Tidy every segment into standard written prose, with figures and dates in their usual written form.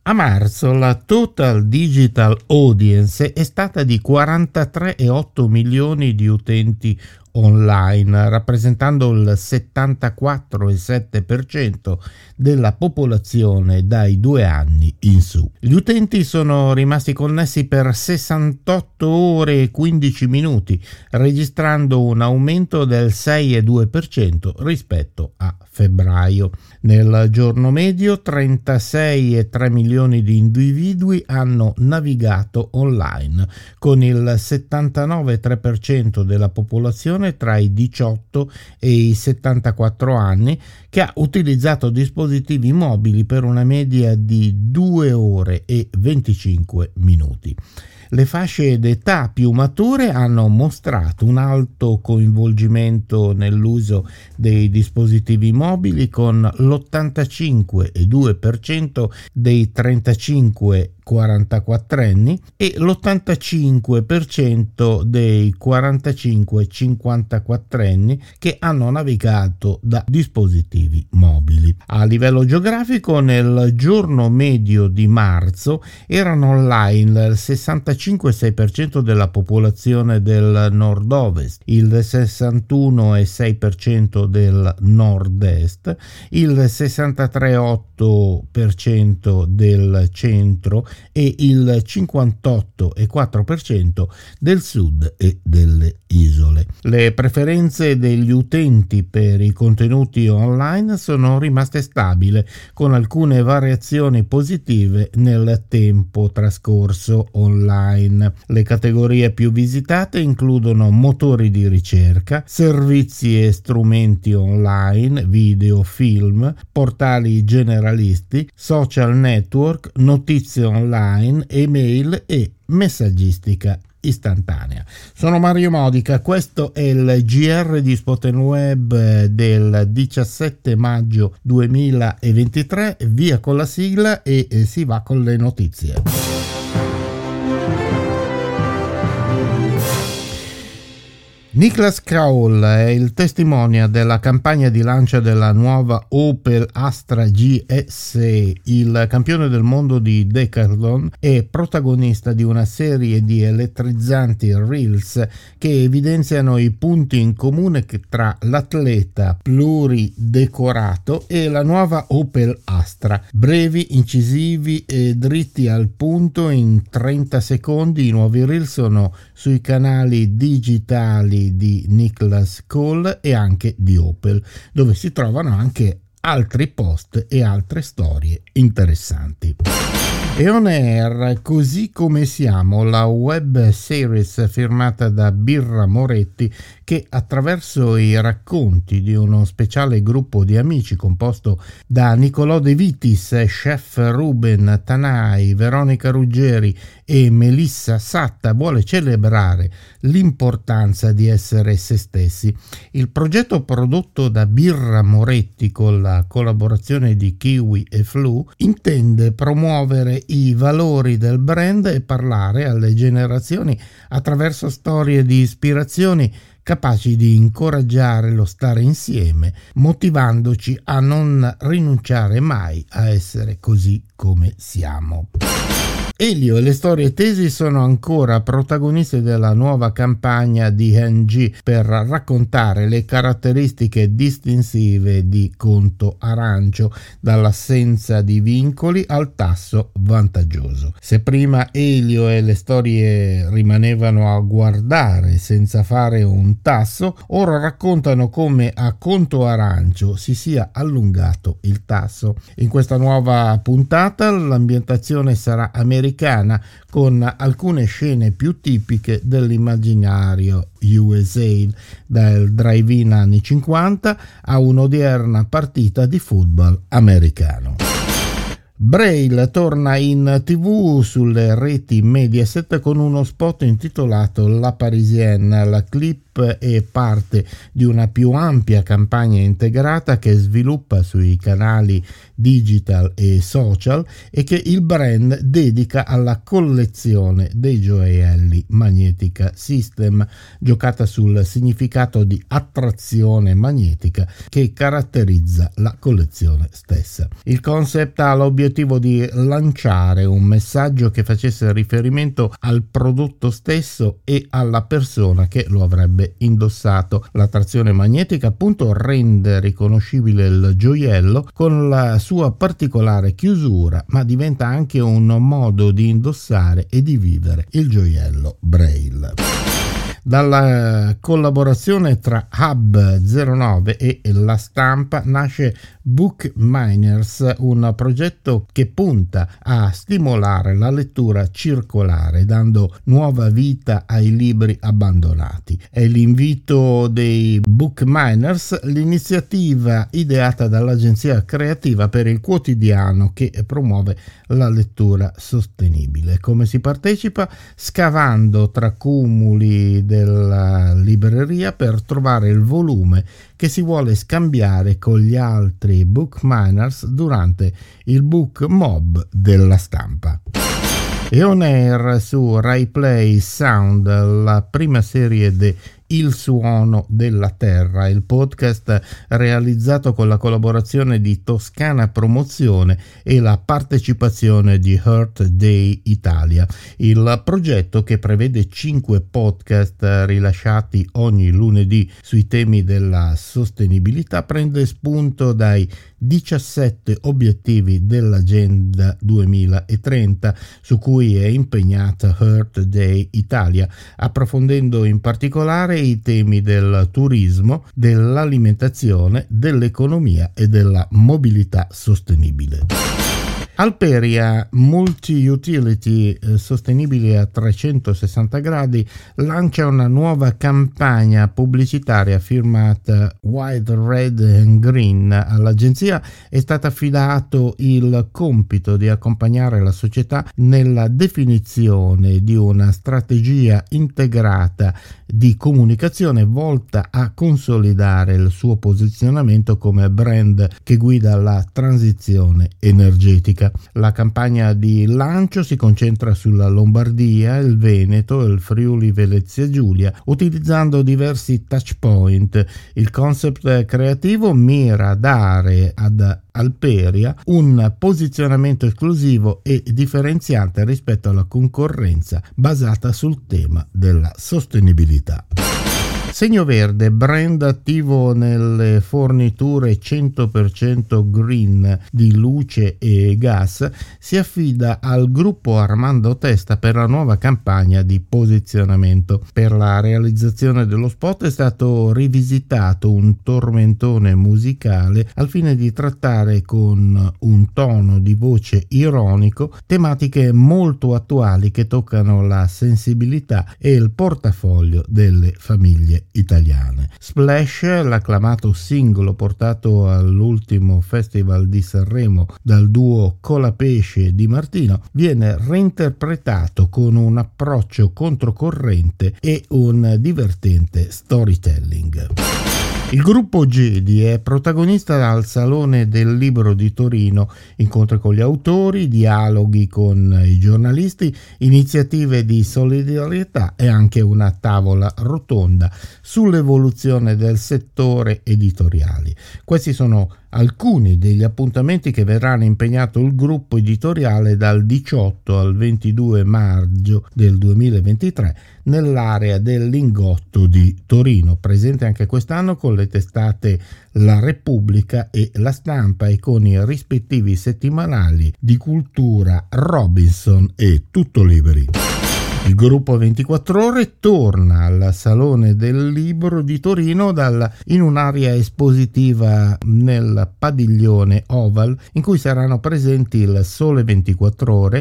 A marzo la total digital audience è stata di 43,8 milioni di utenti online, rappresentando il 74,7% della popolazione dai 2 anni in su. Gli utenti sono rimasti connessi per 68 ore e 15 minuti, registrando un aumento del 6,2% rispetto a febbraio. Nel giorno medio 36,3 milioni di individui hanno navigato online, con il 79,3% della popolazione tra i 18 e i 74 anni che ha utilizzato dispositivi mobili per una media di 2 ore e 25 minuti. Le fasce d'età più mature hanno mostrato un alto coinvolgimento nell'uso dei dispositivi mobili, con l'85,2% dei 35-44 anni e l'85% dei 45-54 anni che hanno navigato da dispositivi mobili. A livello geografico, nel giorno medio di marzo erano online il 65,6% della popolazione del nord-ovest, il 61,6% del nord-est, il 63,8% del centro e il 58,4% del sud e delle isole. Le preferenze degli utenti per i contenuti online sono rimaste stabili, con alcune variazioni positive nel tempo trascorso online. Le categorie più visitate includono motori di ricerca, servizi e strumenti online, video, film, portali generalisti, social network, notizie online, email e messaggistica istantanea. Sono Mario Modica, questo è il GR di Spoken Web del 17 maggio 2023. Via con la sigla e si va con le notizie. Niklas Kraul è il testimonial della campagna di lancio della nuova Opel Astra GS. Il campione del mondo di Decathlon è protagonista di una serie di elettrizzanti reels che evidenziano i punti in comune tra l'atleta pluridecorato e la nuova Opel Astra. Brevi, incisivi e dritti al punto in 30 secondi, i nuovi reel sono sui canali digitali di Niklas Kraul e anche di Opel, dove si trovano anche altri post e altre storie interessanti. E on air, così come siamo, la web series firmata da Birra Moretti, che attraverso i racconti di uno speciale gruppo di amici composto da Nicolò De Vitis, chef Ruben Tanai, Veronica Ruggeri e Melissa Satta, vuole celebrare l'importanza di essere se stessi. Il progetto, prodotto da Birra Moretti con la collaborazione di Kiwi e Flu, intende promuovere i valori del brand e parlare alle generazioni attraverso storie di ispirazioni capaci di incoraggiare lo stare insieme, motivandoci a non rinunciare mai a essere così come siamo. Elio e le storie tesi sono ancora protagoniste della nuova campagna di Engie per raccontare le caratteristiche distintive di Conto Arancio, dall'assenza di vincoli al tasso vantaggioso. Se prima Elio e le storie rimanevano a guardare senza fare un tasso, ora raccontano come a Conto Arancio si sia allungato il tasso. In questa nuova puntata l'ambientazione sarà americana, con alcune scene più tipiche dell'immaginario USA, dal drive-in anni 50 a un'odierna partita di football americano. Braille torna in TV sulle reti Mediaset con uno spot intitolato La Parisienne. La clip Group è parte di una più ampia campagna integrata che sviluppa sui canali digital e social e che il brand dedica alla collezione dei gioielli Magnetica System, giocata sul significato di attrazione magnetica che caratterizza la collezione stessa. Il concept ha l'obiettivo di lanciare un messaggio che facesse riferimento al prodotto stesso e alla persona che lo avrebbe indossato. L'attrazione magnetica appunto rende riconoscibile il gioiello con la sua particolare chiusura, ma diventa anche un modo di indossare e di vivere il gioiello Braille. Dalla collaborazione tra Hub 09 e La Stampa nasce Book Miners, un progetto che punta a stimolare la lettura circolare, dando nuova vita ai libri abbandonati. È l'invito dei Book Miners, l'iniziativa ideata dall'agenzia creativa per il quotidiano che promuove la lettura sostenibile. Come si partecipa? Scavando tra cumuli della libreria per trovare il volume che si vuole scambiare con gli altri Book Miners durante il Book Mob della Stampa. E on air su Rai Play Sound, la prima serie de Il suono della terra, il podcast realizzato con la collaborazione di Toscana Promozione e la partecipazione di Earth Day Italia. Il progetto, che prevede 5 podcast rilasciati ogni lunedì sui temi della sostenibilità, prende spunto dai 17 obiettivi dell'Agenda 2030 su cui è impegnata Earth Day Italia, approfondendo in particolare i temi del turismo, dell'alimentazione, dell'economia e della mobilità sostenibile. Alperia Multi-Utility, sostenibile a 360 gradi, lancia una nuova campagna pubblicitaria firmata White, Red and Green. All'agenzia è stato affidato il compito di accompagnare la società nella definizione di una strategia integrata di comunicazione volta a consolidare il suo posizionamento come brand che guida la transizione energetica. La campagna di lancio si concentra sulla Lombardia, il Veneto e il Friuli Venezia Giulia, utilizzando diversi touch point. Il concept creativo mira a dare ad Alperia un posizionamento esclusivo e differenziante rispetto alla concorrenza basata sul tema della sostenibilità. Segno Verde, brand attivo nelle forniture 100% green di luce e gas, si affida al gruppo Armando Testa per la nuova campagna di posizionamento. Per la realizzazione dello spot è stato rivisitato un tormentone musicale al fine di trattare con un tono di voce ironico tematiche molto attuali che toccano la sensibilità e il portafoglio delle famiglie italiane. Splash, l'acclamato singolo portato all'ultimo Festival di Sanremo dal duo Colapesce Di Martino, viene reinterpretato con un approccio controcorrente e un divertente storytelling. Il gruppo Gedi è protagonista al Salone del Libro di Torino, incontri con gli autori, dialoghi con i giornalisti, iniziative di solidarietà e anche una tavola rotonda sull'evoluzione del settore editoriali. Questi sono alcuni degli appuntamenti che verranno impegnato il gruppo editoriale dal 18 al 22 maggio del 2023 nell'area del Lingotto di Torino, presente anche quest'anno con le testate La Repubblica e La Stampa e con i rispettivi settimanali di cultura Robinson e Tutto Liberi. Il gruppo 24 ore torna al Salone del Libro di Torino in un'area espositiva nel padiglione Oval, in cui saranno presenti il Sole 24 ore,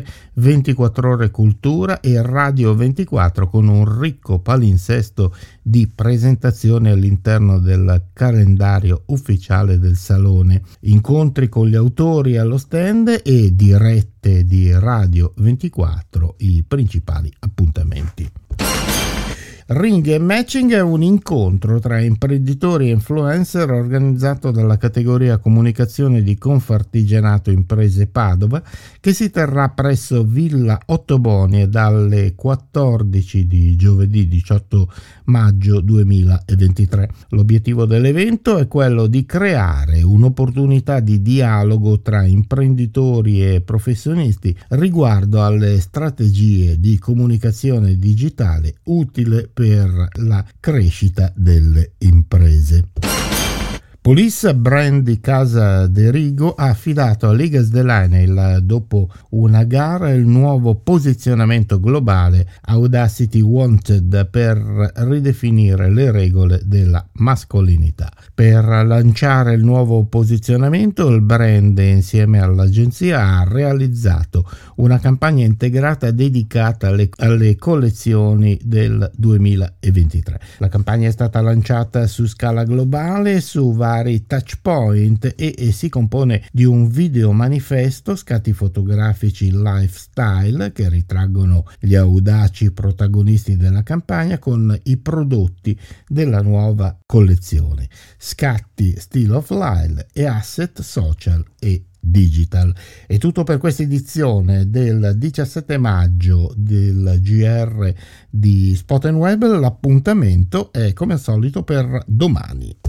24 ore Cultura e Radio 24, con un ricco palinsesto di presentazioni all'interno del calendario ufficiale del Salone, incontri con gli autori allo stand e dirette di Radio 24, i principali appuntamenti. Ring e Matching è un incontro tra imprenditori e influencer organizzato dalla categoria comunicazione di Confartigianato Imprese Padova, che si terrà presso Villa Ottobonie dalle 14 di giovedì 18 maggio 2023. L'obiettivo dell'evento è quello di creare un'opportunità di dialogo tra imprenditori e professionisti riguardo alle strategie di comunicazione digitale utile per la crescita delle imprese. Police, brand di Casa De Rigo, ha affidato a Ligas Delaunay, dopo una gara, il nuovo posizionamento globale Audacity Wanted per ridefinire le regole della mascolinità. Per lanciare il nuovo posizionamento, il brand insieme all'agenzia ha realizzato una campagna integrata dedicata alle collezioni del 2023. La campagna è stata lanciata su scala globale su vari touch point e si compone di un video manifesto, scatti fotografici lifestyle che ritraggono gli audaci protagonisti della campagna con i prodotti della nuova collezione, scatti still of life e asset social e digital. È tutto per questa edizione del 17 maggio del GR di Spot & Web. L'appuntamento è come al solito per domani.